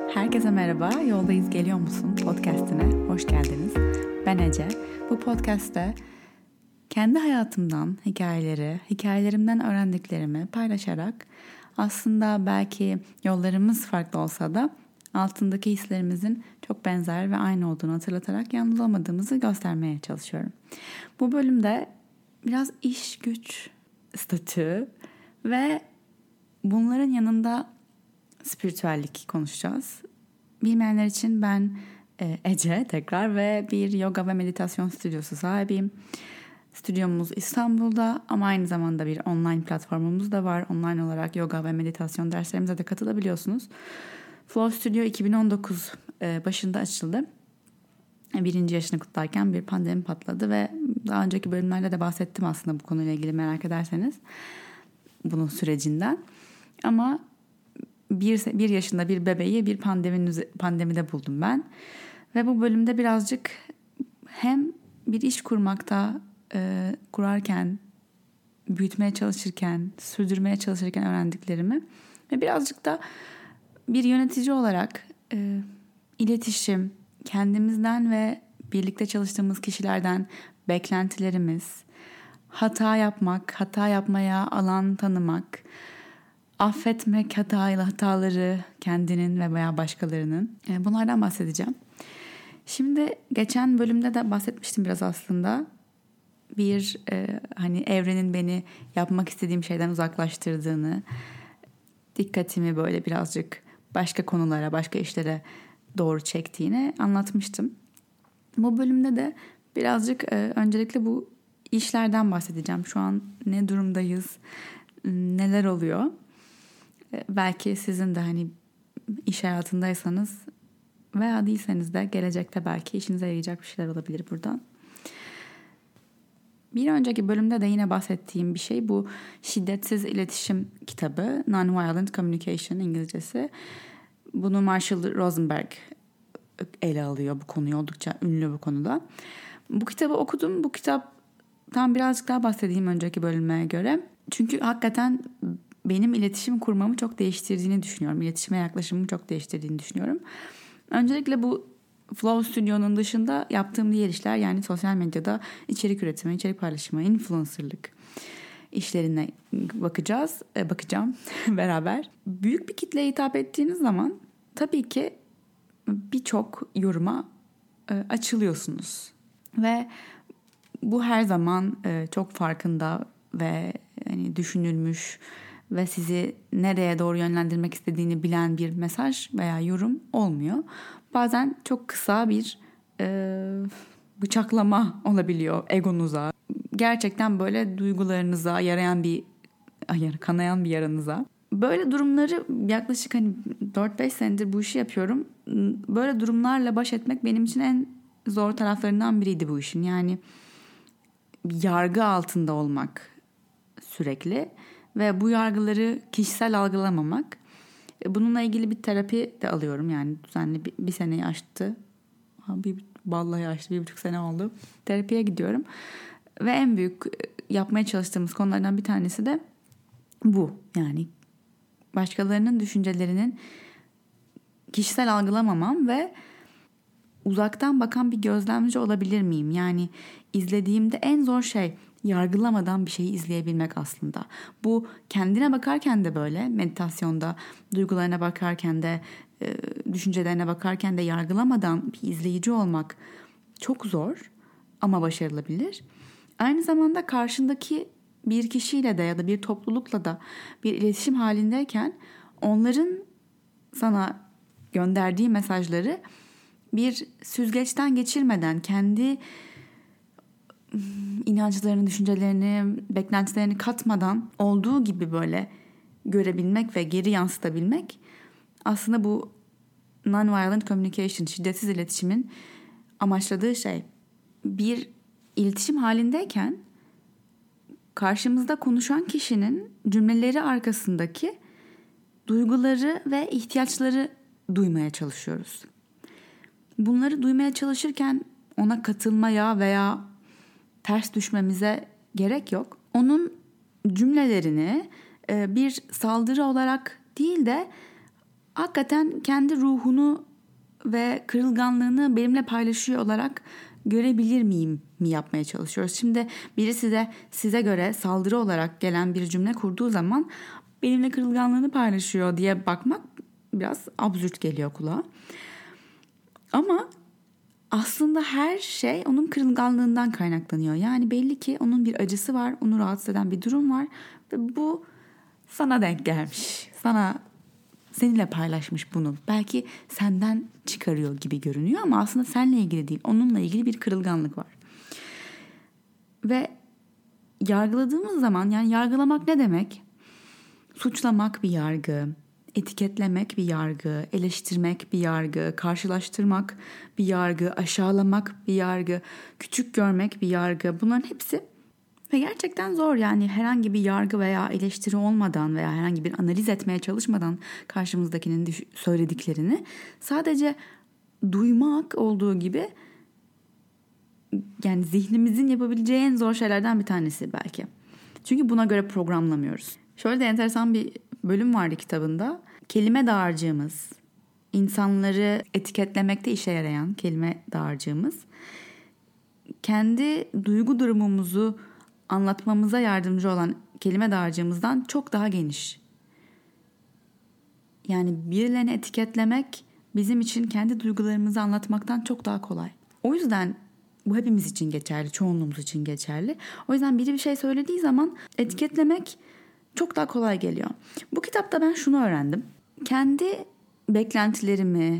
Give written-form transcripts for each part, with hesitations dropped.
Herkese merhaba, Yoldayız Geliyor Musun podcastine hoş geldiniz. Ben Ece. Bu podcastte kendi hayatımdan hikayelerimden öğrendiklerimi paylaşarak aslında belki yollarımız farklı olsa da altındaki hislerimizin çok benzer ve aynı olduğunu hatırlatarak yalnız olmadığımızı göstermeye çalışıyorum. Bu bölümde biraz iş güç, statü ve bunların yanında spiritüellik konuşacağız. Bilmeyenler için ben Ece tekrar ve bir yoga ve meditasyon stüdyosu sahibiyim. Stüdyomuz İstanbul'da ama aynı zamanda bir online platformumuz da var. Online olarak yoga ve meditasyon derslerimize de katılabiliyorsunuz. Flow Studio 2019 başında açıldı. 1. yaşını kutlarken bir pandemi patladı ve daha önceki bölümlerde de bahsettim aslında bu konuyla ilgili merak ederseniz bunun sürecinden. Ama bir yaşında bir bebeği bir pandemide buldum ben. Ve bu bölümde birazcık hem bir iş kurarken, büyütmeye çalışırken, sürdürmeye çalışırken öğrendiklerimi ve birazcık da bir yönetici olarak iletişim, kendimizden ve birlikte çalıştığımız kişilerden beklentilerimiz, hata yapmaya alan tanımak, affetmek hataları kendinin ve veya başkalarının. Bunlardan bahsedeceğim. Şimdi geçen bölümde de bahsetmiştim biraz aslında. Hani evrenin beni yapmak istediğim şeyden uzaklaştırdığını, dikkatimi böyle birazcık başka konulara, başka işlere doğru çektiğini anlatmıştım. Bu bölümde de birazcık öncelikle bu işlerden bahsedeceğim. Şu an ne durumdayız, neler oluyor? Belki sizin de hani iş hayatındaysanız veya değilseniz de gelecekte belki işinize yarayacak bir şeyler olabilir buradan. Bir önceki bölümde de yine bahsettiğim bir şey bu şiddetsiz iletişim kitabı. Non-Violent Communication İngilizcesi. Bunu Marshall Rosenberg ele alıyor bu konuyu, oldukça ünlü bu konuda. Bu kitabı okudum. Bu kitaptan birazcık daha bahsedeyim önceki bölüme göre. Çünkü hakikaten benim iletişim kurmamı çok değiştirdiğini düşünüyorum. İletişime yaklaşımımı çok değiştirdiğini düşünüyorum. Öncelikle bu Flow Studio'nun dışında yaptığım diğer işler, yani sosyal medyada içerik üretimi, içerik paylaşımı, influencerlık işlerine bakacağım beraber. Büyük bir kitleye hitap ettiğiniz zaman tabii ki birçok yoruma açılıyorsunuz. Ve bu her zaman çok farkında ve hani düşünülmüş ve sizi nereye doğru yönlendirmek istediğini bilen bir mesaj veya yorum olmuyor. Bazen çok kısa bir bıçaklama olabiliyor egonuza. Gerçekten böyle duygularınıza kanayan bir yaranıza. Böyle durumları yaklaşık 4-5 senedir bu işi yapıyorum. Böyle durumlarla baş etmek benim için en zor taraflarından biriydi bu işin. Yani yargı altında olmak sürekli ve bu yargıları kişisel algılamamak. Bununla ilgili bir terapi de alıyorum, yani düzenli bir seneyi aştı. Vallahi aştı, 1,5 sene oldu. Terapiye gidiyorum ve en büyük yapmaya çalıştığımız konulardan bir tanesi de bu. Yani başkalarının düşüncelerinin kişisel algılamamam ve uzaktan bakan bir gözlemci olabilir miyim? Yani izlediğimde en zor şey yargılamadan bir şeyi izleyebilmek aslında. Bu kendine bakarken de böyle, meditasyonda duygularına bakarken de düşüncelerine bakarken de yargılamadan bir izleyici olmak çok zor ama başarılabilir. Aynı zamanda karşındaki bir kişiyle de ya da bir toplulukla da bir iletişim halindeyken onların sana gönderdiği mesajları bir süzgeçten geçirmeden kendi inançlarını, düşüncelerini, beklentilerini katmadan olduğu gibi böyle görebilmek ve geri yansıtabilmek aslında bu non-violent communication, şiddetsiz iletişimin amaçladığı şey. Bir iletişim halindeyken karşımızda konuşan kişinin cümleleri arkasındaki duyguları ve ihtiyaçları duymaya çalışıyoruz. Bunları duymaya çalışırken ona katılmaya veya ters düşmemize gerek yok. Onun cümlelerini bir saldırı olarak değil de hakikaten kendi ruhunu ve kırılganlığını benimle paylaşıyor olarak görebilir miyim mi yapmaya çalışıyoruz. Şimdi birisi de size göre saldırı olarak gelen bir cümle kurduğu zaman benimle kırılganlığını paylaşıyor diye bakmak biraz absürt geliyor kulağa. Ama aslında her şey onun kırılganlığından kaynaklanıyor. Yani belli ki onun bir acısı var, onu rahatsız eden bir durum var ve bu sana denk gelmiş. Seninle paylaşmış bunu. Belki senden çıkarıyor gibi görünüyor ama aslında seninle ilgili değil. Onunla ilgili bir kırılganlık var. Ve yargıladığımız zaman, yani yargılamak ne demek? Suçlamak bir yargı, etiketlemek bir yargı, eleştirmek bir yargı, karşılaştırmak bir yargı, aşağılamak bir yargı, küçük görmek bir yargı. Bunların hepsi ve gerçekten zor. Yani herhangi bir yargı veya eleştiri olmadan veya herhangi bir analiz etmeye çalışmadan karşımızdakinin söylediklerini sadece duymak olduğu gibi, yani zihnimizin yapabileceği en zor şeylerden bir tanesi belki. Çünkü buna göre programlamıyoruz. Şöyle de enteresan bir bölüm vardı kitabında. Kelime dağarcığımız, insanları etiketlemekte işe yarayan kelime dağarcığımız, kendi duygu durumumuzu anlatmamıza yardımcı olan kelime dağarcığımızdan çok daha geniş. Yani birilerini etiketlemek bizim için kendi duygularımızı anlatmaktan çok daha kolay. O yüzden bu hepimiz için geçerli, çoğunluğumuz için geçerli. O yüzden biri bir şey söylediği zaman etiketlemek çok daha kolay geliyor. Bu kitapta ben şunu öğrendim. Kendi beklentilerimi,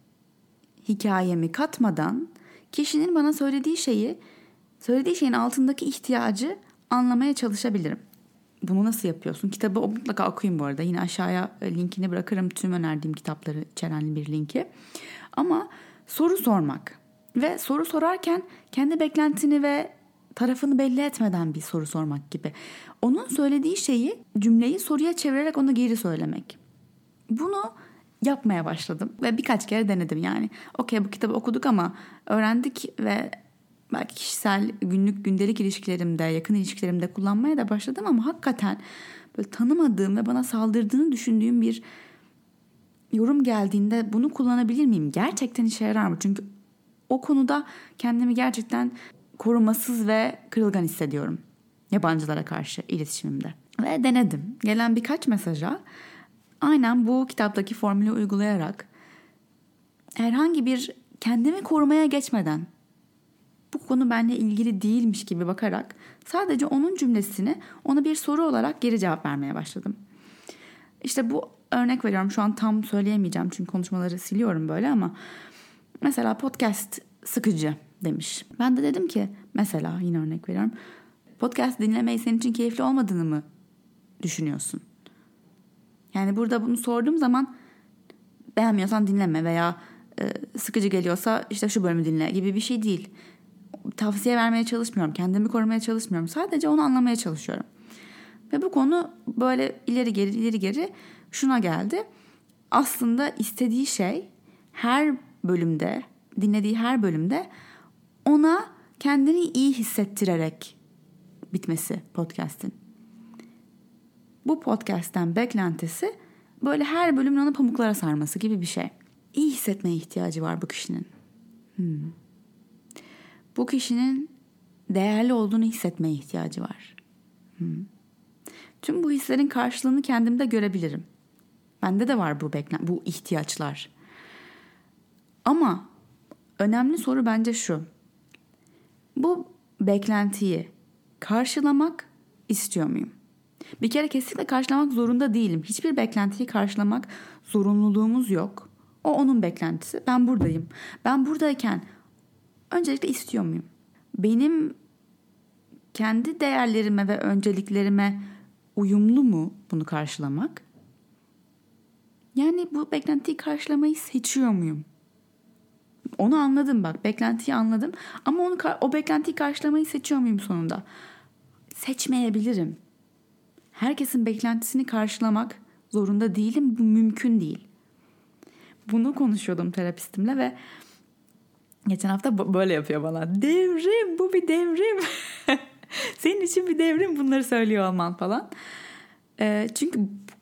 hikayemi katmadan kişinin bana söylediği şeyin altındaki ihtiyacı anlamaya çalışabilirim. Bunu nasıl yapıyorsun? Kitabı mutlaka okuyun bu arada. Yine aşağıya linkini bırakırım. Tüm önerdiğim kitapları içeren bir linki. Ama soru sormak ve soru sorarken kendi beklentini ve tarafını belli etmeden bir soru sormak gibi. Onun söylediği cümleyi soruya çevirerek onu geri söylemek. Bunu yapmaya başladım ve birkaç kere denedim yani. Okey, bu kitabı okuduk ama öğrendik ve belki kişisel gündelik ilişkilerimde, yakın ilişkilerimde kullanmaya da başladım ama hakikaten böyle tanımadığım ve bana saldırdığını düşündüğüm bir yorum geldiğinde bunu kullanabilir miyim? Gerçekten işe yarar mı? Çünkü o konuda kendimi gerçekten korumasız ve kırılgan hissediyorum yabancılara karşı iletişimimde. Ve denedim. Gelen birkaç mesaja aynen bu kitaptaki formülü uygulayarak herhangi bir kendimi korumaya geçmeden, bu konu benimle ilgili değilmiş gibi bakarak sadece onun cümlesini ona bir soru olarak geri cevap vermeye başladım. İşte bu, örnek veriyorum, şu an tam söyleyemeyeceğim çünkü konuşmaları siliyorum böyle ama mesela podcast sıkıcı demiş. Ben de dedim ki mesela, yine örnek veriyorum, podcast dinlemeyi senin için keyifli olmadığını mı düşünüyorsun? Yani burada bunu sorduğum zaman beğenmiyorsan dinleme veya sıkıcı geliyorsa işte şu bölümü dinle gibi bir şey değil. Tavsiye vermeye çalışmıyorum. Kendimi korumaya çalışmıyorum. Sadece onu anlamaya çalışıyorum. Ve bu konu böyle ileri geri şuna geldi. Aslında istediği şey dinlediği her bölümde ona kendini iyi hissettirerek bitmesi podcast'in. Bu podcast'ten beklentisi böyle her bölümün onu pamuklara sarması gibi bir şey. İyi hissetmeye ihtiyacı var bu kişinin. Bu kişinin değerli olduğunu hissetmeye ihtiyacı var. Tüm bu hislerin karşılığını kendimde görebilirim. Bende de var bu ihtiyaçlar. Ama önemli soru bence şu. Bu beklentiyi karşılamak istiyor muyum? Bir kere kesinlikle karşılamak zorunda değilim. Hiçbir beklentiyi karşılamak zorunluluğumuz yok. O onun beklentisi. Ben buradayım. Ben buradayken öncelikle istiyor muyum? Benim kendi değerlerime ve önceliklerime uyumlu mu bunu karşılamak? Yani bu beklentiyi karşılamayı seçiyor muyum? Onu anladım bak. Beklentiyi anladım. Ama o beklentiyi karşılamayı seçiyor muyum sonunda? Seçmeyebilirim. Herkesin beklentisini karşılamak zorunda değilim. Bu mümkün değil. Bunu konuşuyordum terapistimle ve geçen hafta böyle yapıyor bana. Devrim, bu bir devrim. Senin için bir devrim, bunları söylüyor olman falan. Çünkü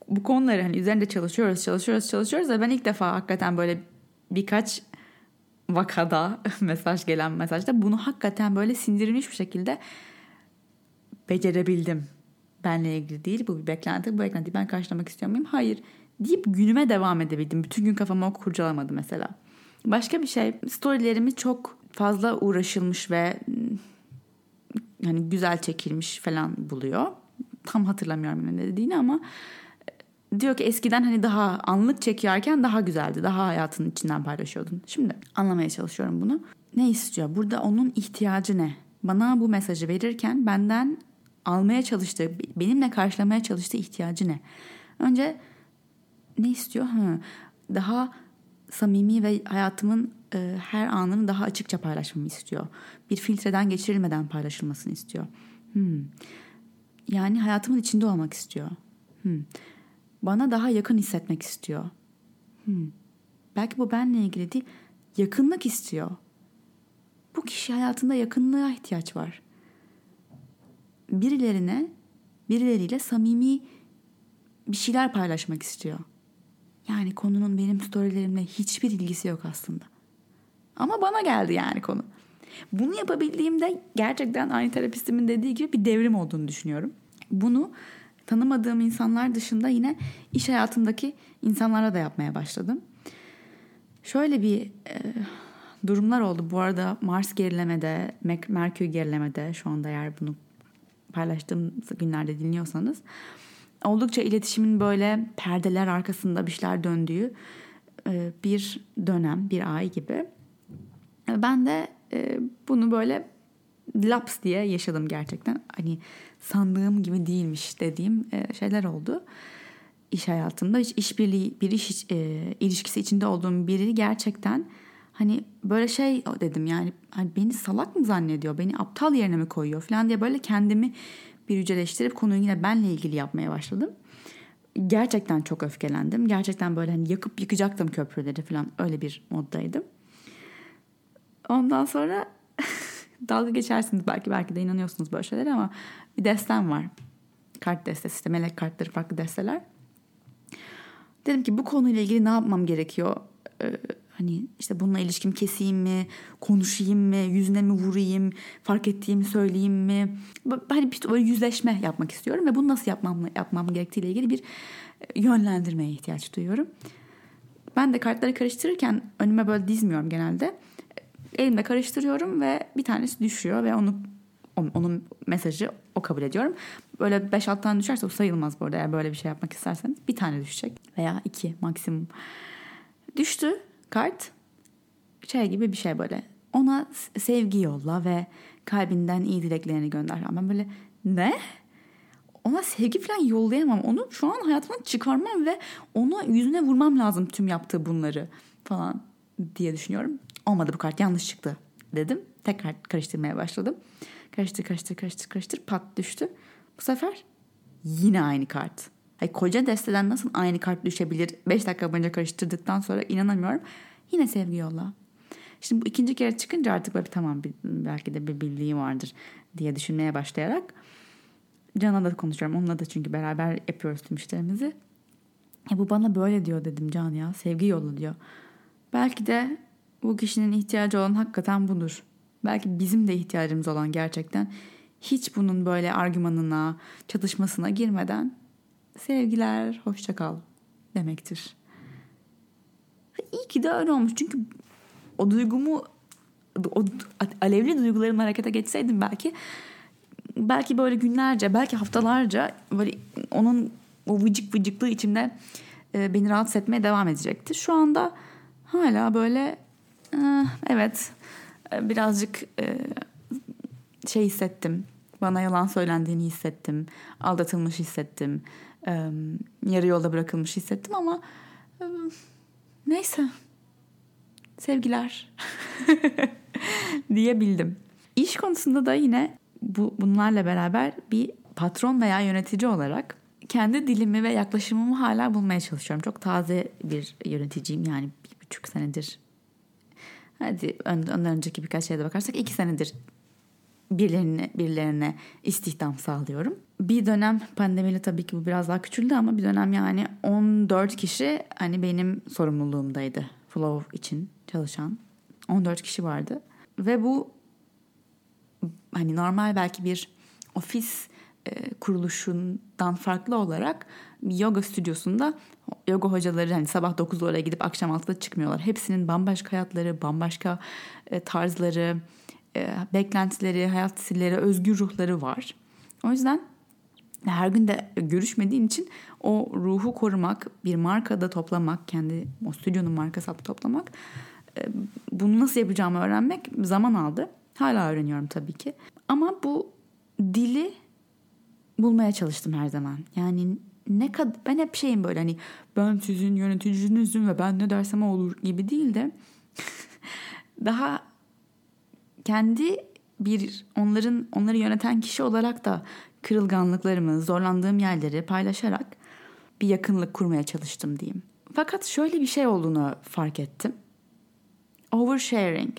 bu konuları hani üzerinde çalışıyoruz ve ben ilk defa hakikaten böyle birkaç vakada gelen mesajda bunu hakikaten böyle sindirilmiş bir şekilde becerebildim. Benle ilgili değil, bu bir beklenti, bu beklentiyi ben karşılamak istiyor muyum? Hayır deyip günüme devam edebildim. Bütün gün kafamı kurcalamadı mesela. Başka bir şey, storylerimi çok fazla uğraşılmış ve hani güzel çekilmiş falan buluyor. Tam hatırlamıyorum ne dediğini ama diyor ki eskiden hani daha anlık çekiyorken daha güzeldi. Daha hayatının içinden paylaşıyordun. Şimdi anlamaya çalışıyorum bunu. Ne istiyor? Burada onun ihtiyacı ne? Bana bu mesajı verirken benden almaya çalıştığı, benimle karşılamaya çalıştığı ihtiyacı ne? Önce ne istiyor? Daha samimi ve hayatımın her anını daha açıkça paylaşmamı istiyor. Bir filtreden geçirilmeden paylaşılmasını istiyor. Yani hayatımın içinde olmak istiyor. Bana daha yakın hissetmek istiyor. Belki bu benle ilgili değil, yakınlık istiyor. Bu kişi hayatında yakınlığa ihtiyaç var. Birileriyle samimi bir şeyler paylaşmak istiyor. Yani konunun benim storylerimle hiçbir ilgisi yok aslında. Ama bana geldi yani konu. Bunu yapabildiğimde gerçekten aynı terapistimin dediği gibi bir devrim olduğunu düşünüyorum. Bunu tanımadığım insanlar dışında yine iş hayatındaki insanlara da yapmaya başladım. Şöyle bir durumlar oldu. Bu arada Mars gerilemede, Merkür gerilemede, şu anda eğer bunu paylaştığım günlerde dinliyorsanız, oldukça iletişimin böyle perdeler arkasında bir şeyler döndüğü bir dönem, bir ay gibi. Ben de bunu böyle laps diye yaşadım gerçekten. Hani sandığım gibi değilmiş dediğim şeyler oldu. İş hayatımda hiç işbirliği, bir iş ilişkisi içinde olduğum biri gerçekten hani böyle şey dedim, yani hani beni salak mı zannediyor, beni aptal yerine mi koyuyor falan diye böyle kendimi bir yüceleştirip konuyu yine benle ilgili yapmaya başladım. Gerçekten çok öfkelendim. Gerçekten böyle hani yakıp yıkacaktım köprüleri falan, öyle bir moddaydım. Ondan sonra dalga geçersiniz belki de inanıyorsunuz böyle şeylere ama bir destem var. Kart destesi, işte melek kartları, farklı desteler. Dedim ki bu konuyla ilgili ne yapmam gerekiyor? Hani işte bununla ilişkim keseyim mi? Konuşayım mı? Yüzüne mi vurayım? Fark ettiğimi söyleyeyim mi? Hani bir böyle yüzleşme yapmak istiyorum ve bunu nasıl yapmam gerektiğiyle ilgili bir yönlendirmeye ihtiyaç duyuyorum. Ben de kartları karıştırırken önüme böyle dizmiyorum genelde. Elimde karıştırıyorum ve bir tanesi düşüyor ve onun mesajı o kabul ediyorum. Böyle 5-6 tane düşerse o sayılmaz bu arada, eğer böyle bir şey yapmak isterseniz. Bir tane düşecek veya 2 maksimum. Düştü kart. Şey gibi bir şey böyle. Ona sevgi yolla ve kalbinden iyi dileklerini gönder. Ben böyle ne? Ona sevgi falan yollayamam. Onu şu an hayatımdan çıkarmam ve ona yüzüne vurmam lazım tüm yaptığı bunları falan diye düşünüyorum. Olmadı, bu kart yanlış çıktı dedim. Tekrar karıştırmaya başladım. Karıştır pat düştü. Bu sefer yine aynı kart. Ay, koca desteden nasıl aynı kart düşebilir? 5 dakika boyunca karıştırdıktan sonra inanamıyorum. Yine sevgi yolla. Şimdi bu ikinci kere çıkınca artık böyle tamam, belki de bir bildiği vardır diye düşünmeye başlayarak Can'la da konuşuyorum. Onunla da çünkü beraber yapıyoruz tüm işlerimizi. Bu bana böyle diyor dedim, Can ya sevgi yolla diyor. Belki de bu kişinin ihtiyacı olan hakikaten budur. Belki bizim de ihtiyacımız olan gerçekten hiç bunun böyle argümanına, çatışmasına girmeden sevgiler, hoşça kal demektir. İyi ki de öyle olmuş. Çünkü o duygumu, o alevli duygularımla harekete geçseydim belki böyle günlerce, belki haftalarca böyle onun o vıcıklığı içimde beni rahatsız etmeye devam edecekti. Şu anda hala böyle evet, birazcık şey hissettim. Bana yalan söylendiğini hissettim. Aldatılmış hissettim. Yarı yolda bırakılmış hissettim ama neyse. Sevgiler diyebildim. İş konusunda da yine bunlarla beraber bir patron veya yönetici olarak kendi dilimi ve yaklaşımımı hala bulmaya çalışıyorum. Çok taze bir yöneticiyim, yani 1,5 senedir. Hadi ondan önceki birkaç şeyde bakarsak 2 senedir birilerine istihdam sağlıyorum. Bir dönem pandemiyle tabii ki bu biraz daha küçüldü ama bir dönem yani 14 kişi hani benim sorumluluğumdaydı. Flow için çalışan 14 kişi vardı. Ve bu hani normal belki bir ofis kuruluşundan farklı olarak bir yoga stüdyosunda yoga hocaları hani sabah 9'da oraya gidip akşam 6'da çıkmıyorlar. Hepsinin bambaşka hayatları, bambaşka tarzları, beklentileri, hayat stilleri, özgür ruhları var. O yüzden her gün de görüşmediğin için o ruhu korumak, bir markada toplamak, kendi o stüdyonun markası adı toplamak, bunu nasıl yapacağımı öğrenmek zaman aldı. Hala öğreniyorum tabii ki. Ama bu dili bulmaya çalıştım her zaman. Yani ne kadar ben hep şeyim böyle hani ben sizin yöneticinizim ve ben ne dersem olur gibi değil de daha kendi onları yöneten kişi olarak da kırılganlıklarımı, zorlandığım yerleri paylaşarak bir yakınlık kurmaya çalıştım diyeyim. Fakat şöyle bir şey olduğunu fark ettim. Oversharing.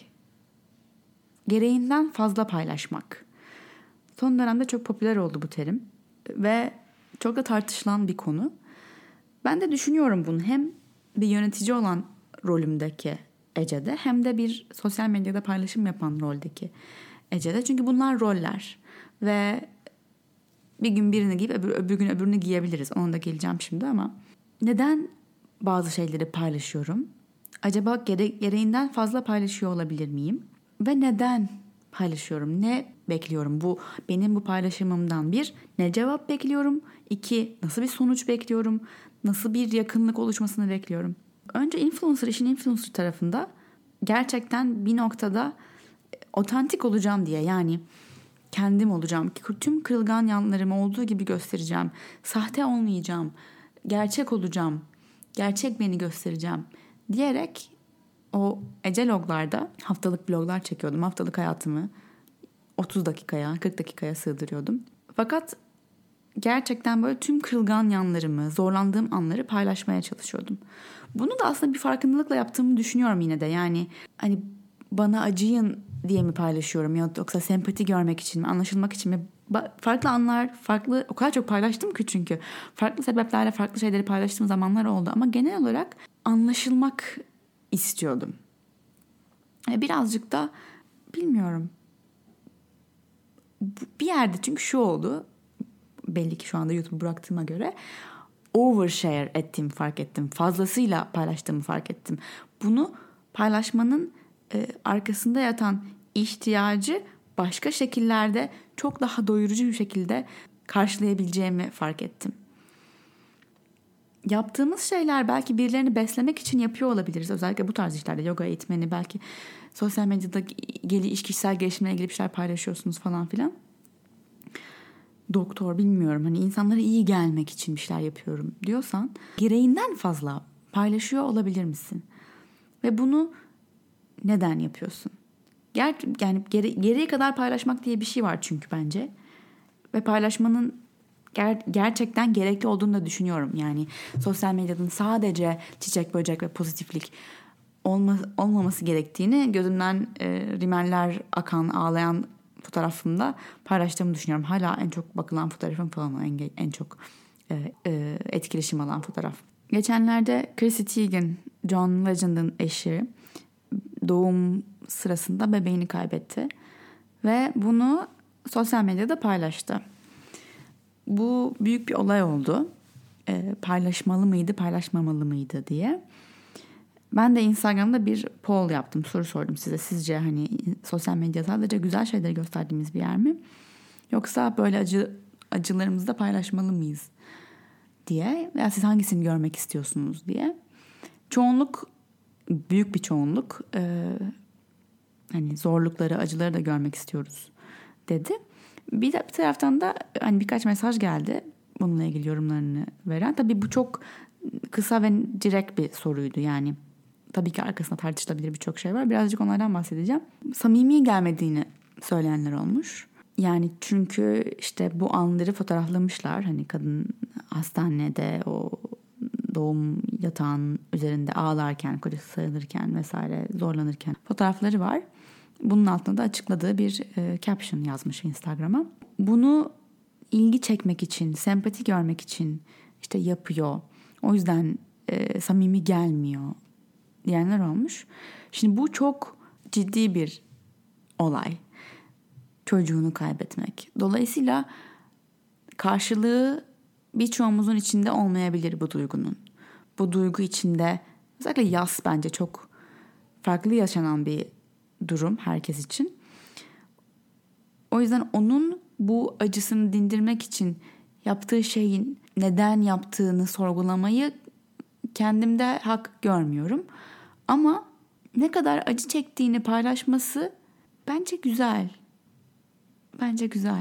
Gereğinden fazla paylaşmak. Son dönemde çok popüler oldu bu terim ve çok da tartışılan bir konu. Ben de düşünüyorum bunu hem bir yönetici olan rolümdeki Ece'de hem de bir sosyal medyada paylaşım yapan roldeki Ece'de. Çünkü bunlar roller ve bir gün birini giyip öbür gün öbürünü giyebiliriz. Ona da geleceğim şimdi ama neden bazı şeyleri paylaşıyorum? Acaba gereğinden fazla paylaşıyor olabilir miyim? Ve neden paylaşıyorum? Ne bekliyorum? Benim bu paylaşımımdan bir, ne cevap bekliyorum? İki, nasıl bir sonuç bekliyorum? Nasıl bir yakınlık oluşmasını bekliyorum? Önce işin influencer tarafında gerçekten bir noktada otantik olacağım diye yani kendim olacağım. Tüm kırılgan yanlarımı olduğu gibi göstereceğim. Sahte olmayacağım. Gerçek olacağım. Gerçek beni göstereceğim diyerek o Ece loglarda haftalık bloglar çekiyordum. Haftalık hayatımı 30 dakikaya, 40 dakikaya sığdırıyordum. Fakat gerçekten böyle tüm kırılgan yanlarımı, zorlandığım anları paylaşmaya çalışıyordum. Bunu da aslında bir farkındalıkla yaptığımı düşünüyorum yine de. Yani hani bana acıyın diye mi paylaşıyorum yoksa sempati görmek için mi, anlaşılmak için mi? Farklı anlar, o kadar çok paylaştım ki çünkü. Farklı sebeplerle farklı şeyleri paylaştığım zamanlar oldu ama genel olarak anlaşılmak istiyordum. Birazcık da bilmiyorum. Bir yerde çünkü şu oldu. Belli ki şu anda YouTube'u bıraktığıma göre overshare ettiğimi fark ettim. Fazlasıyla paylaştığımı fark ettim. Bunu paylaşmanın arkasında yatan ihtiyacı başka şekillerde çok daha doyurucu bir şekilde karşılayabileceğimi fark ettim. Yaptığımız şeyler belki birilerini beslemek için yapıyor olabiliriz. Özellikle bu tarz işlerde yoga eğitmeni belki sosyal medyada kişisel gelişimle ilgili bir şeyler paylaşıyorsunuz falan filan. Doktor bilmiyorum hani insanlara iyi gelmek için bir şeyler yapıyorum diyorsan gereğinden fazla paylaşıyor olabilir misin? Ve bunu neden yapıyorsun? Yani gereği kadar paylaşmak diye bir şey var çünkü bence. Ve paylaşmanın gerçekten gerekli olduğunu da düşünüyorum. Yani sosyal medyanın sadece çiçek, böcek ve pozitiflik olmaması gerektiğini gözümden rimeller akan, ağlayan fotoğrafımda paylaştığımı düşünüyorum. Hala en çok bakılan fotoğrafım falan en çok etkileşim alan fotoğraf. Geçenlerde Chrissy Teigen, John Legend'ın eşi doğum sırasında bebeğini kaybetti ve bunu sosyal medyada paylaştı. Bu büyük bir olay oldu. Paylaşmalı mıydı, paylaşmamalı mıydı diye. Ben de Instagram'da bir poll yaptım, soru sordum size. Sizce hani sosyal medya sadece güzel şeyleri gösterdiğimiz bir yer mi? Yoksa böyle acılarımızı da paylaşmalı mıyız diye. Veya siz hangisini görmek istiyorsunuz diye. Büyük bir çoğunluk hani zorlukları, acıları da görmek istiyoruz dedi. Bir taraftan da hani birkaç mesaj geldi bununla ilgili yorumlarını veren. Tabii bu çok kısa ve direkt bir soruydu yani. Tabii ki arkasında tartışılabilir birçok şey var. Birazcık onlardan bahsedeceğim. Samimi gelmediğini söyleyenler olmuş. Yani çünkü işte bu anları fotoğraflamışlar. Hani kadın hastanede o doğum yatağın üzerinde ağlarken, kocası sarılırken vesaire zorlanırken fotoğrafları var. Bunun altında da açıkladığı bir caption yazmış Instagram'a. Bunu ilgi çekmek için, sempati görmek için işte yapıyor. O yüzden samimi gelmiyor diyenler olmuş. Şimdi bu çok ciddi bir olay. Çocuğunu kaybetmek. Dolayısıyla karşılığı birçoğumuzun içinde olmayabilir bu duygunun. Bu duygu içinde özellikle yas bence çok farklı yaşanan bir durum herkes için. O yüzden onun bu acısını dindirmek için yaptığı şeyin neden yaptığını sorgulamayı kendimde hak görmüyorum. Ama ne kadar acı çektiğini paylaşması bence güzel. Bence güzel.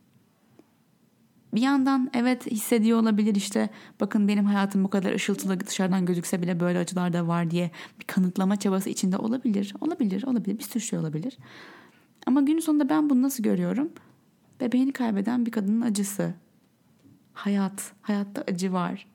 Bir yandan evet hissediyor olabilir, işte bakın benim hayatım bu kadar ışıltılı dışarıdan gözükse bile böyle acılar da var diye bir kanıtlama çabası içinde olabilir. Olabilir. Bir sürü şey olabilir. Ama günün sonunda ben bunu nasıl görüyorum? Bebeğini kaybeden bir kadının acısı. Hayatta acı var.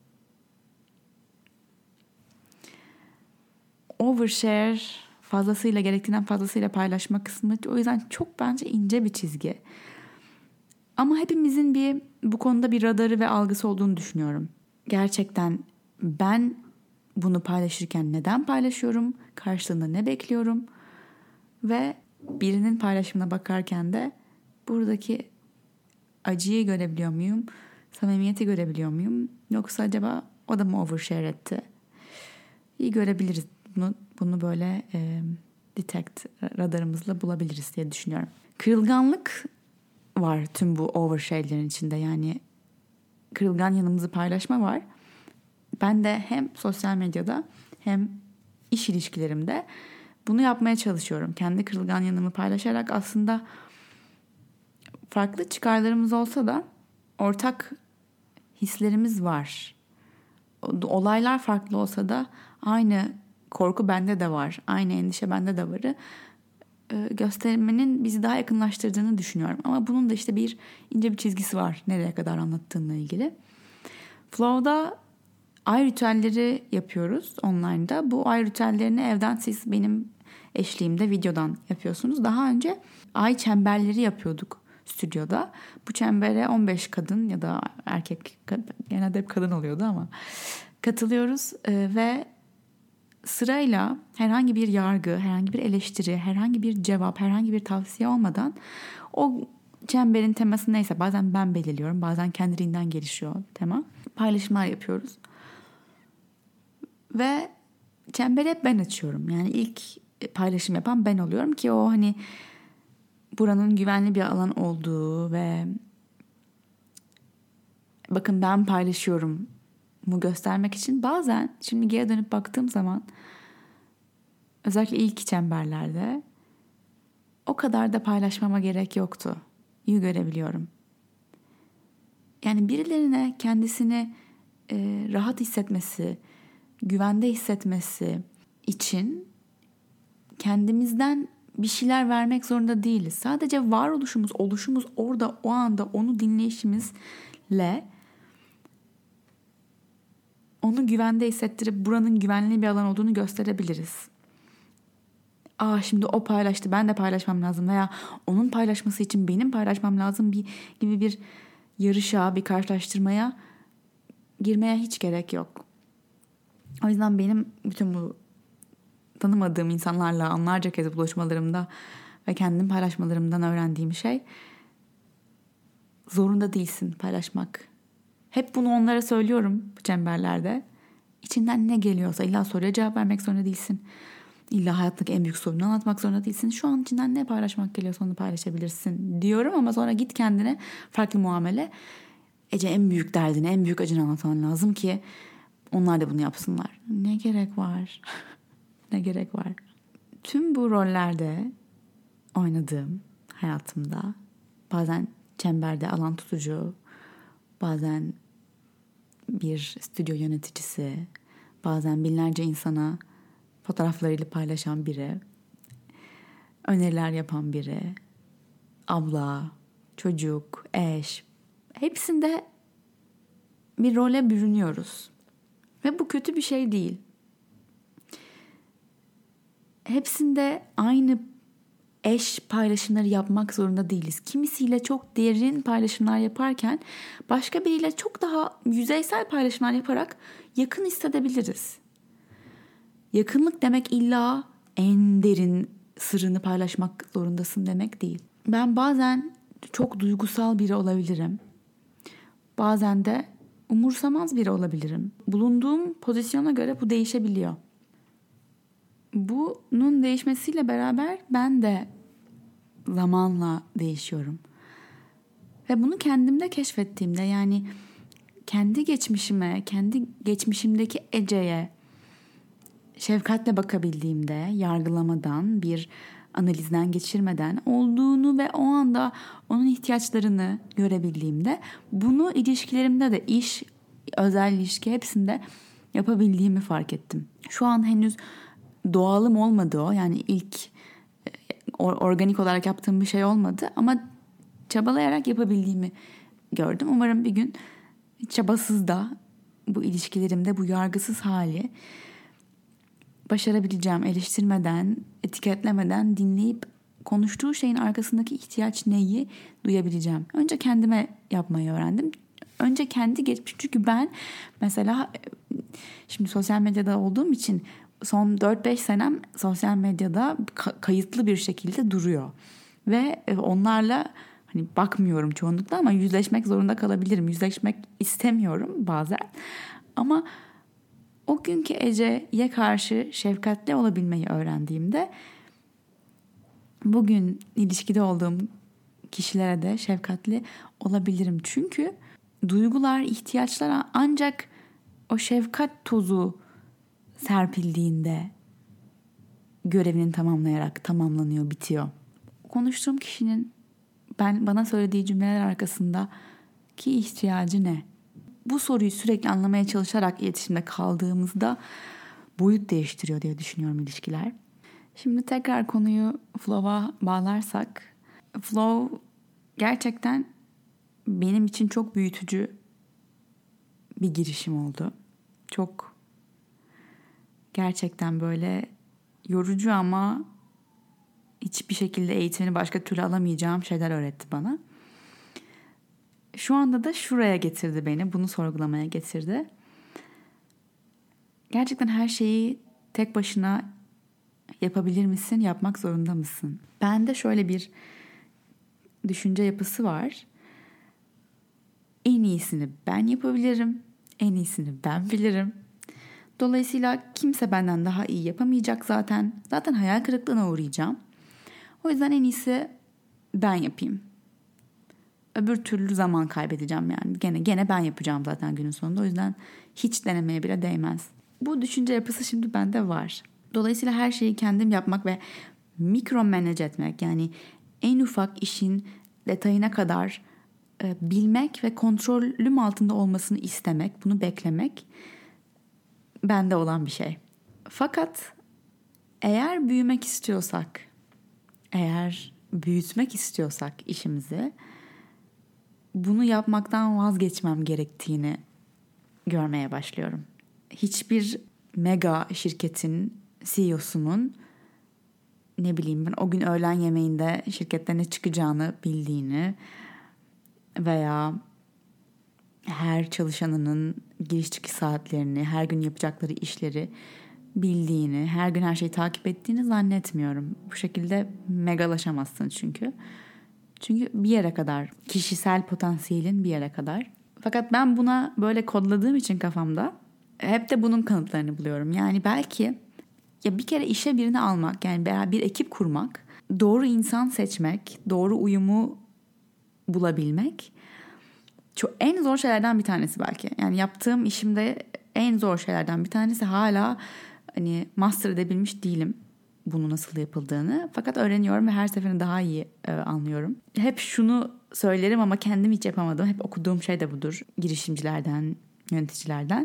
Overshare, fazlasıyla, gerektiğinden fazlasıyla paylaşma kısmı o yüzden çok bence ince bir çizgi. Ama hepimizin bu konuda bir radarı ve algısı olduğunu düşünüyorum. Gerçekten ben bunu paylaşırken neden paylaşıyorum? Karşılığında ne bekliyorum? Ve birinin paylaşımına bakarken de buradaki acıyı görebiliyor muyum? Samimiyeti görebiliyor muyum? Yoksa acaba o da mı overshare etti? İyi görebiliriz. Bunu böyle detect radarımızla bulabiliriz diye düşünüyorum. Kırılganlık var tüm bu overshare'lerin içinde. Yani kırılgan yanımızı paylaşma var. Ben de hem sosyal medyada hem iş ilişkilerimde bunu yapmaya çalışıyorum. Kendi kırılgan yanımı paylaşarak aslında farklı çıkarlarımız olsa da ortak hislerimiz var. Olaylar farklı olsa da aynı korku bende de var. Aynı endişe bende de varı göstermenin bizi daha yakınlaştırdığını düşünüyorum. Ama bunun da işte ince bir çizgisi var nereye kadar anlattığınla ilgili. Flow'da ay ritüelleri yapıyoruz online'da. Bu ay ritüellerini evden siz benim eşliğimde videodan yapıyorsunuz. Daha önce ay çemberleri yapıyorduk stüdyoda. Bu çembere 15 kadın ya da erkek, genelde hep kadın oluyordu ama katılıyoruz ve sırayla herhangi bir yargı, herhangi bir eleştiri, herhangi bir cevap, herhangi bir tavsiye olmadan o çemberin teması neyse, bazen ben belirliyorum, bazen kendiliğinden gelişiyor tema. Paylaşımlar yapıyoruz. Ve çemberi hep ben açıyorum. Yani ilk paylaşım yapan ben oluyorum ki o hani buranın güvenli bir alan olduğu ve bakın ben paylaşıyorum mu göstermek için bazen şimdi geri dönüp baktığım zaman özellikle ilk çemberlerde o kadar da paylaşmama gerek yoktu. İyi görebiliyorum. Yani birilerine kendisini rahat hissetmesi, güvende hissetmesi için kendimizden bir şeyler vermek zorunda değiliz. Sadece oluşumuz orada, o anda onu dinleyişimizle onu güvende hissettirip buranın güvenli bir alan olduğunu gösterebiliriz. Şimdi o paylaştı, ben de paylaşmam lazım veya onun paylaşması için benim paylaşmam lazım gibi bir yarışa, bir karşılaştırmaya girmeye hiç gerek yok. O yüzden benim bütün bu tanımadığım insanlarla onlarca kez buluşmalarımda ve kendim paylaşmalarımdan öğrendiğim şey, zorunda değilsin paylaşmak. Hep bunu onlara söylüyorum bu çemberlerde. İçinden ne geliyorsa, illa soruya cevap vermek zorunda değilsin. İlla hayattaki en büyük sorunu anlatmak zorunda değilsin. Şu an içinden ne paylaşmak geliyorsa onu paylaşabilirsin diyorum ama sonra git kendine farklı muamele. Ece, en büyük derdini, en büyük acını anlatman lazım ki onlar da bunu yapsınlar. Ne gerek var? Ne gerek var? Tüm bu rollerde oynadığım hayatımda bazen çemberde alan tutucu, bazen bir stüdyo yöneticisi, bazen binlerce insana fotoğraflarıyla paylaşan biri, öneriler yapan biri, abla, çocuk, eş, hepsinde bir role bürünüyoruz. Ve bu kötü bir şey değil. Hepsinde aynı eş paylaşımları yapmak zorunda değiliz. Kimisiyle çok derin paylaşımlar yaparken başka biriyle çok daha yüzeysel paylaşımlar yaparak yakın hissedebiliriz. Yakınlık demek illa en derin sırrını paylaşmak zorundasın demek değil. Ben bazen çok duygusal biri olabilirim. Bazen de umursamaz biri olabilirim. Bulunduğum pozisyona göre bu değişebiliyor. Bunun değişmesiyle beraber ben de zamanla değişiyorum. Ve bunu kendimde keşfettiğimde, yani kendi geçmişime, kendi geçmişimdeki Ece'ye şefkatle bakabildiğimde, yargılamadan, bir analizden geçirmeden olduğunu ve o anda onun ihtiyaçlarını görebildiğimde, bunu ilişkilerimde de, iş, özel ilişki hepsinde yapabildiğimi fark ettim. Şu an henüz doğalım olmadı o. Yani ilk organik olarak yaptığım bir şey olmadı ama çabalayarak yapabildiğimi gördüm. Umarım bir gün çabasız da bu ilişkilerimde bu yargısız hali başarabileceğim. Eleştirmeden, etiketlemeden dinleyip konuştuğu şeyin arkasındaki ihtiyaç neyi duyabileceğim. Önce kendime yapmayı öğrendim. Önce kendi geçmiş. Çünkü ben mesela şimdi sosyal medyada olduğum için son 4-5 senem sosyal medyada kayıtlı bir şekilde duruyor. Ve onlarla hani bakmıyorum çoğunlukla ama yüzleşmek zorunda kalabilirim. Yüzleşmek istemiyorum bazen. Ama o günkü Ece'ye karşı şefkatli olabilmeyi öğrendiğimde bugün ilişkide olduğum kişilere de şefkatli olabilirim. Çünkü duygular, ihtiyaçlar ancak o şefkat tozu serpildiğinde görevini tamamlayarak tamamlanıyor, bitiyor. Konuştuğum kişinin bana söylediği cümleler arkasındaki ihtiyacı ne? Bu soruyu sürekli anlamaya çalışarak iletişimde kaldığımızda boyut değiştiriyor diye düşünüyorum ilişkiler. Şimdi tekrar konuyu Flow'a bağlarsak, Flow gerçekten benim için çok büyütücü bir girişim oldu. Çok gerçekten böyle yorucu ama hiçbir şekilde eğitimini başka türlü alamayacağım şeyler öğretti bana. Şu anda da şuraya getirdi beni, bunu sorgulamaya getirdi. Gerçekten her şeyi tek başına yapabilir misin, yapmak zorunda mısın? Bende şöyle bir düşünce yapısı var. En iyisini ben yapabilirim, en iyisini ben bilirim. Dolayısıyla kimse benden daha iyi yapamayacak zaten. Zaten hayal kırıklığına uğrayacağım. O yüzden en iyisi ben yapayım. Öbür türlü zaman kaybedeceğim yani. Gene ben yapacağım zaten günün sonunda. O yüzden hiç denemeye bile değmez. Bu düşünce yapısı şimdi bende var. Dolayısıyla her şeyi kendim yapmak ve mikro manage etmek, yani en ufak işin detayına kadar bilmek ve kontrolüm altında olmasını istemek, bunu beklemek bende olan bir şey. Fakat eğer büyümek istiyorsak, eğer büyütmek istiyorsak işimizi, bunu yapmaktan vazgeçmem gerektiğini görmeye başlıyorum. Hiçbir mega şirketin CEO'sunun ne bileyim ben o gün öğlen yemeğinde şirkette ne çıkacağını bildiğini veya her çalışanının giriş çıkış saatlerini, her gün yapacakları işleri bildiğini, her gün her şeyi takip ettiğini zannetmiyorum. Bu şekilde megalaşamazsın çünkü. Çünkü bir yere kadar, kişisel potansiyelin bir yere kadar. Fakat ben buna böyle kodladığım için kafamda hep de bunun kanıtlarını buluyorum. Yani belki ya bir kere işe birini almak, yani bir ekip kurmak, doğru insan seçmek, doğru uyumu bulabilmek çok en zor şeylerden bir tanesi belki. Yani yaptığım işimde en zor şeylerden bir tanesi. Hala hani master edebilmiş değilim bunu nasıl yapıldığını. Fakat öğreniyorum ve her seferinde daha iyi anlıyorum. Hep şunu söylerim ama kendim hiç yapamadım. Hep okuduğum şey de budur. Girişimcilerden, yöneticilerden.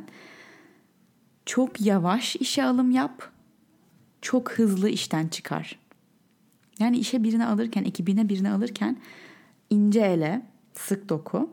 Çok yavaş işe alım yap. Çok hızlı işten çıkar. Yani işe birini alırken, ekibine birini alırken ince ele, sık doku.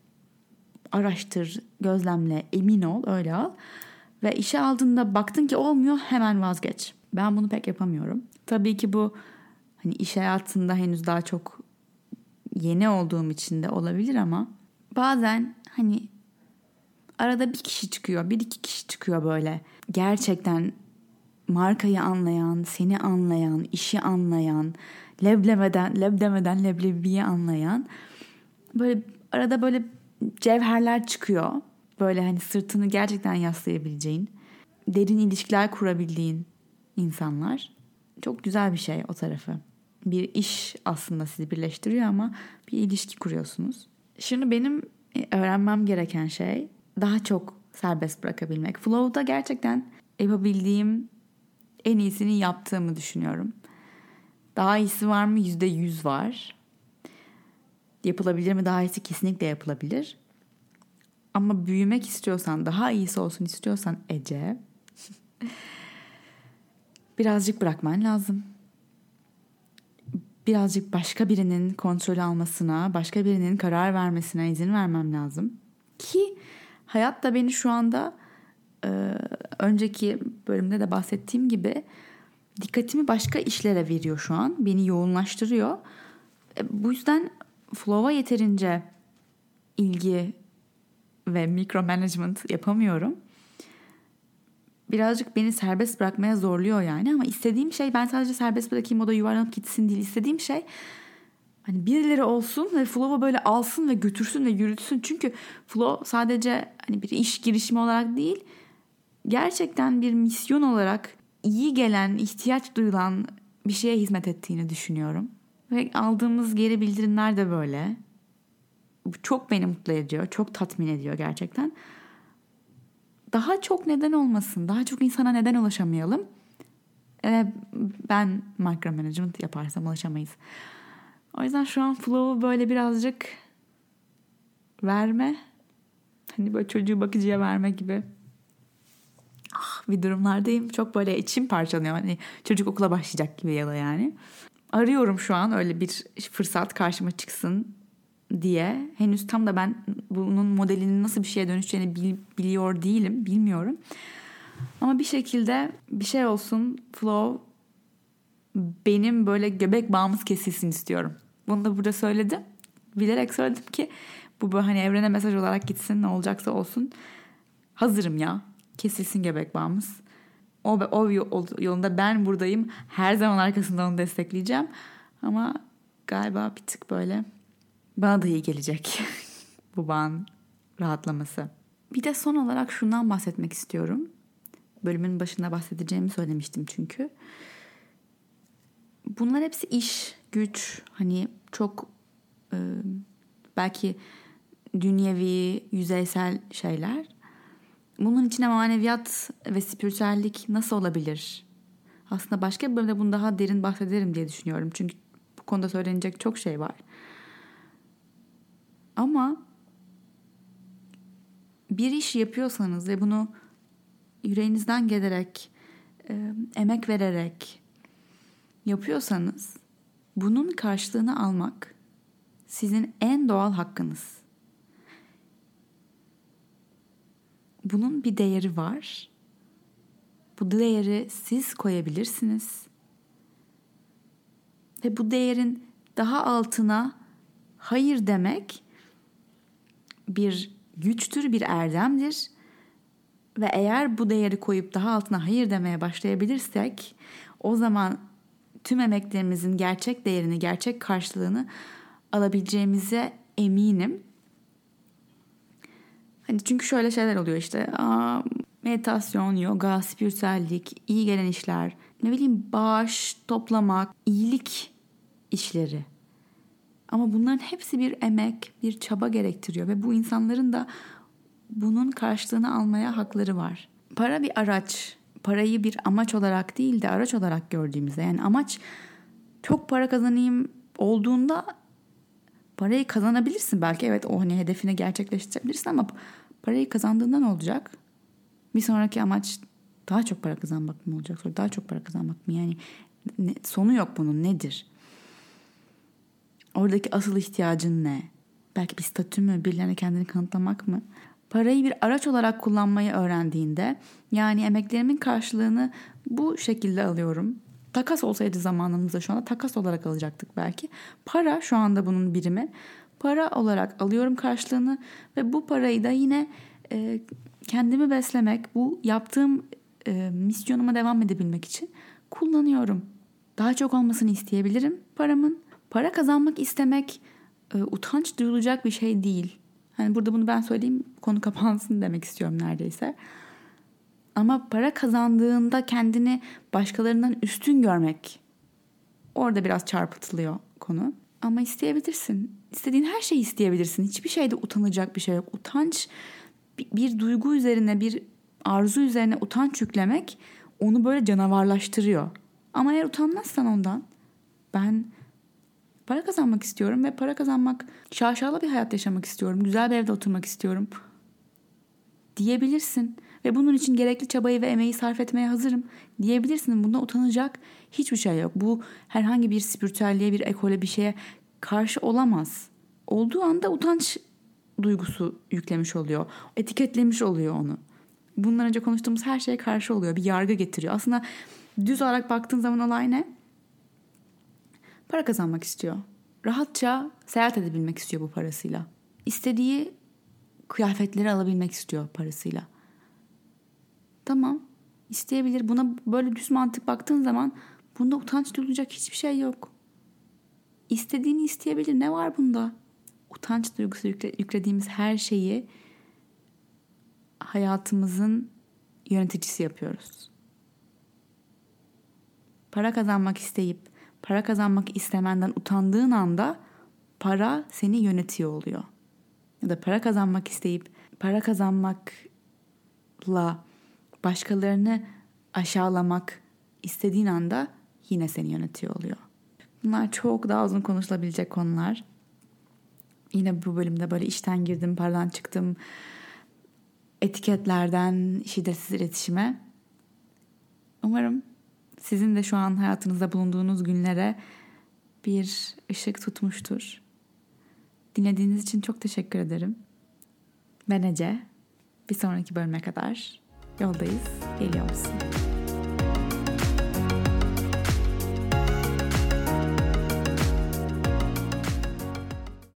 Araştır, gözlemle, emin ol, öyle al. Ve işe aldığında baktın ki olmuyor, hemen vazgeç. Ben bunu pek yapamıyorum. Tabii ki bu Hani iş hayatında henüz daha çok yeni olduğum için de olabilir ama bazen hani arada bir kişi çıkıyor, bir iki kişi çıkıyor böyle. Gerçekten markayı anlayan, seni anlayan, işi anlayan, leblemeden leblebiyi anlayan. Böyle arada böyle cevherler çıkıyor. Böyle hani sırtını gerçekten yaslayabileceğin, derin ilişkiler kurabildiğin insanlar. Çok güzel bir şey o tarafı. Bir iş aslında sizi birleştiriyor ama bir ilişki kuruyorsunuz. Şimdi benim öğrenmem gereken şey daha çok serbest bırakabilmek. Flow'da gerçekten yapabildiğim en iyisini yaptığımı düşünüyorum. Daha iyisi var mı? %100 var. Yapılabilir mi? Daha iyisi kesinlikle yapılabilir. Ama büyümek istiyorsan, daha iyisi olsun istiyorsan Ece, birazcık bırakman lazım. Birazcık başka birinin kontrol almasına, başka birinin karar vermesine izin vermem lazım. Ki hayat da beni şu anda önceki bölümde de bahsettiğim gibi dikkatimi başka işlere veriyor şu an. Beni yoğunlaştırıyor. Bu yüzden flow'a yeterince ilgi ve micromanagement yapamıyorum. Birazcık beni serbest bırakmaya zorluyor yani ama istediğim şey ben sadece serbest bırakayım o da yuvarlanıp gitsin değil. İstediğim şey hani birileri olsun ve flow'a böyle alsın ve götürsün ve yürütsün. Çünkü flow sadece hani bir iş girişimi olarak değil, gerçekten bir misyon olarak iyi gelen, ihtiyaç duyulan bir şeye hizmet ettiğini düşünüyorum. Ve aldığımız geri bildirimler de böyle. Bu çok beni mutlu ediyor, çok tatmin ediyor gerçekten. Daha çok neden olmasın, daha çok insana neden ulaşamayalım? Ben micromanagement yaparsam ulaşamayız. O yüzden şu an flow'u böyle birazcık verme. Hani böyle çocuğu bakıcıya verme gibi bir durumlardayım. Çok böyle içim parçalanıyor. Hani çocuk okula başlayacak gibi ya da yani. Arıyorum şu an öyle bir fırsat karşıma çıksın diye. Henüz tam da ben bunun modelinin nasıl bir şeye dönüşeceğini biliyor değilim. Bilmiyorum. Ama bir şekilde bir şey olsun, flow benim böyle göbek bağımız kesilsin istiyorum. Bunu da burada söyledim. Bilerek söyledim ki bu böyle hani evrene mesaj olarak gitsin, ne olacaksa olsun. Hazırım ya. Kesilsin göbek bağımız. O yolunda ben buradayım. Her zaman arkasında onu destekleyeceğim. Ama galiba bir tık böyle bana da iyi gelecek bu bağın rahatlaması. Bir de son olarak şundan bahsetmek istiyorum. Bölümün başında bahsedeceğimi söylemiştim çünkü. Bunlar hepsi iş, güç, hani çok belki dünyevi, yüzeysel şeyler. Bunun içine maneviyat ve spiritüellik nasıl olabilir? Aslında başka bir bölümde bunu daha derin bahsederim diye düşünüyorum. Çünkü bu konuda söylenecek çok şey var. Ama bir iş yapıyorsanız ve bunu yüreğinizden gelerek, emek vererek yapıyorsanız bunun karşılığını almak sizin en doğal hakkınız. Bunun bir değeri var. Bu değeri siz koyabilirsiniz. Ve bu değerin daha altına hayır demek bir güçtür, bir erdemdir. Ve eğer bu değeri koyup daha altına hayır demeye başlayabilirsek o zaman tüm emeklerimizin gerçek değerini, gerçek karşılığını alabileceğimize eminim. Hani çünkü şöyle şeyler oluyor işte. Meditasyon, yoga, spiritüellik, iyi gelen işler, ne bileyim bağış, toplamak, iyilik işleri. Ama bunların hepsi bir emek, bir çaba gerektiriyor ve bu insanların da bunun karşılığını almaya hakları var. Para bir araç. Parayı bir amaç olarak değil de araç olarak gördüğümüzde, yani amaç çok para kazanayım olduğunda parayı kazanabilirsin belki, evet, o hani hedefini gerçekleştirebilirsin ama parayı kazandığında ne olacak? Bir sonraki amaç daha çok para kazanmak mı olacak? Sonra daha çok para kazanmak mı? Yani sonu yok bunun, nedir? Oradaki asıl ihtiyacın ne? Belki bir statü mü? Birilerine kendini kanıtlamak mı? Parayı bir araç olarak kullanmayı öğrendiğinde, yani emeklerimin karşılığını bu şekilde alıyorum. Takas olsaydı zamanımızda şu anda takas olarak alacaktık belki. Para şu anda bunun birimi. Para olarak alıyorum karşılığını ve bu parayı da yine kendimi beslemek, bu yaptığım misyonuma devam edebilmek için kullanıyorum. Daha çok olmasını isteyebilirim paramın. Para kazanmak istemek utanç duyulacak bir şey değil. Hani burada bunu ben söyleyeyim, konu kapansın demek istiyorum neredeyse. Ama para kazandığında kendini başkalarından üstün görmek, orada biraz çarpıtılıyor konu. Ama isteyebilirsin. İstediğin her şeyi isteyebilirsin. Hiçbir şeyde utanacak bir şey yok. Utanç bir duygu üzerine, bir arzu üzerine utanç yüklemek onu böyle canavarlaştırıyor. Ama eğer utanmazsan ondan, ben para kazanmak istiyorum ve para kazanmak, şaşalı bir hayat yaşamak istiyorum, güzel bir evde oturmak istiyorum diyebilirsin. Ve bunun için gerekli çabayı ve emeği sarf etmeye hazırım diyebilirsin. Bunda utanacak hiçbir şey yok. Bu herhangi bir spiritüelliğe, bir ekole, bir şeye karşı olamaz. Olduğu anda utanç duygusu yüklemiş oluyor. Etiketlemiş oluyor onu. Bundan önce konuştuğumuz her şeye karşı oluyor. Bir yargı getiriyor. Aslında düz olarak baktığın zaman olay ne? Para kazanmak istiyor. Rahatça seyahat edebilmek istiyor bu parasıyla. İstediği kıyafetleri alabilmek istiyor parasıyla. Tamam, isteyebilir. Buna böyle düz mantık baktığın zaman bunda utanç duyulacak hiçbir şey yok. İstediğini isteyebilir. Ne var bunda? Utanç duygusu yüklediğimiz her şeyi hayatımızın yöneticisi yapıyoruz. Para kazanmak isteyip para kazanmak istemenden utandığın anda para seni yönetiyor oluyor. Ya da para kazanmak isteyip para kazanmakla başkalarını aşağılamak istediğin anda yine seni yönetiyor oluyor. Bunlar çok daha uzun konuşulabilecek konular. Yine bu bölümde böyle işten girdim, paradan çıktım. Etiketlerden şiddetsiz iletişime. Umarım sizin de şu an hayatınızda bulunduğunuz günlere bir ışık tutmuştur. Dinlediğiniz için çok teşekkür ederim. Ben Ece. Bir sonraki bölüme kadar yoldayız. Geliyor musun?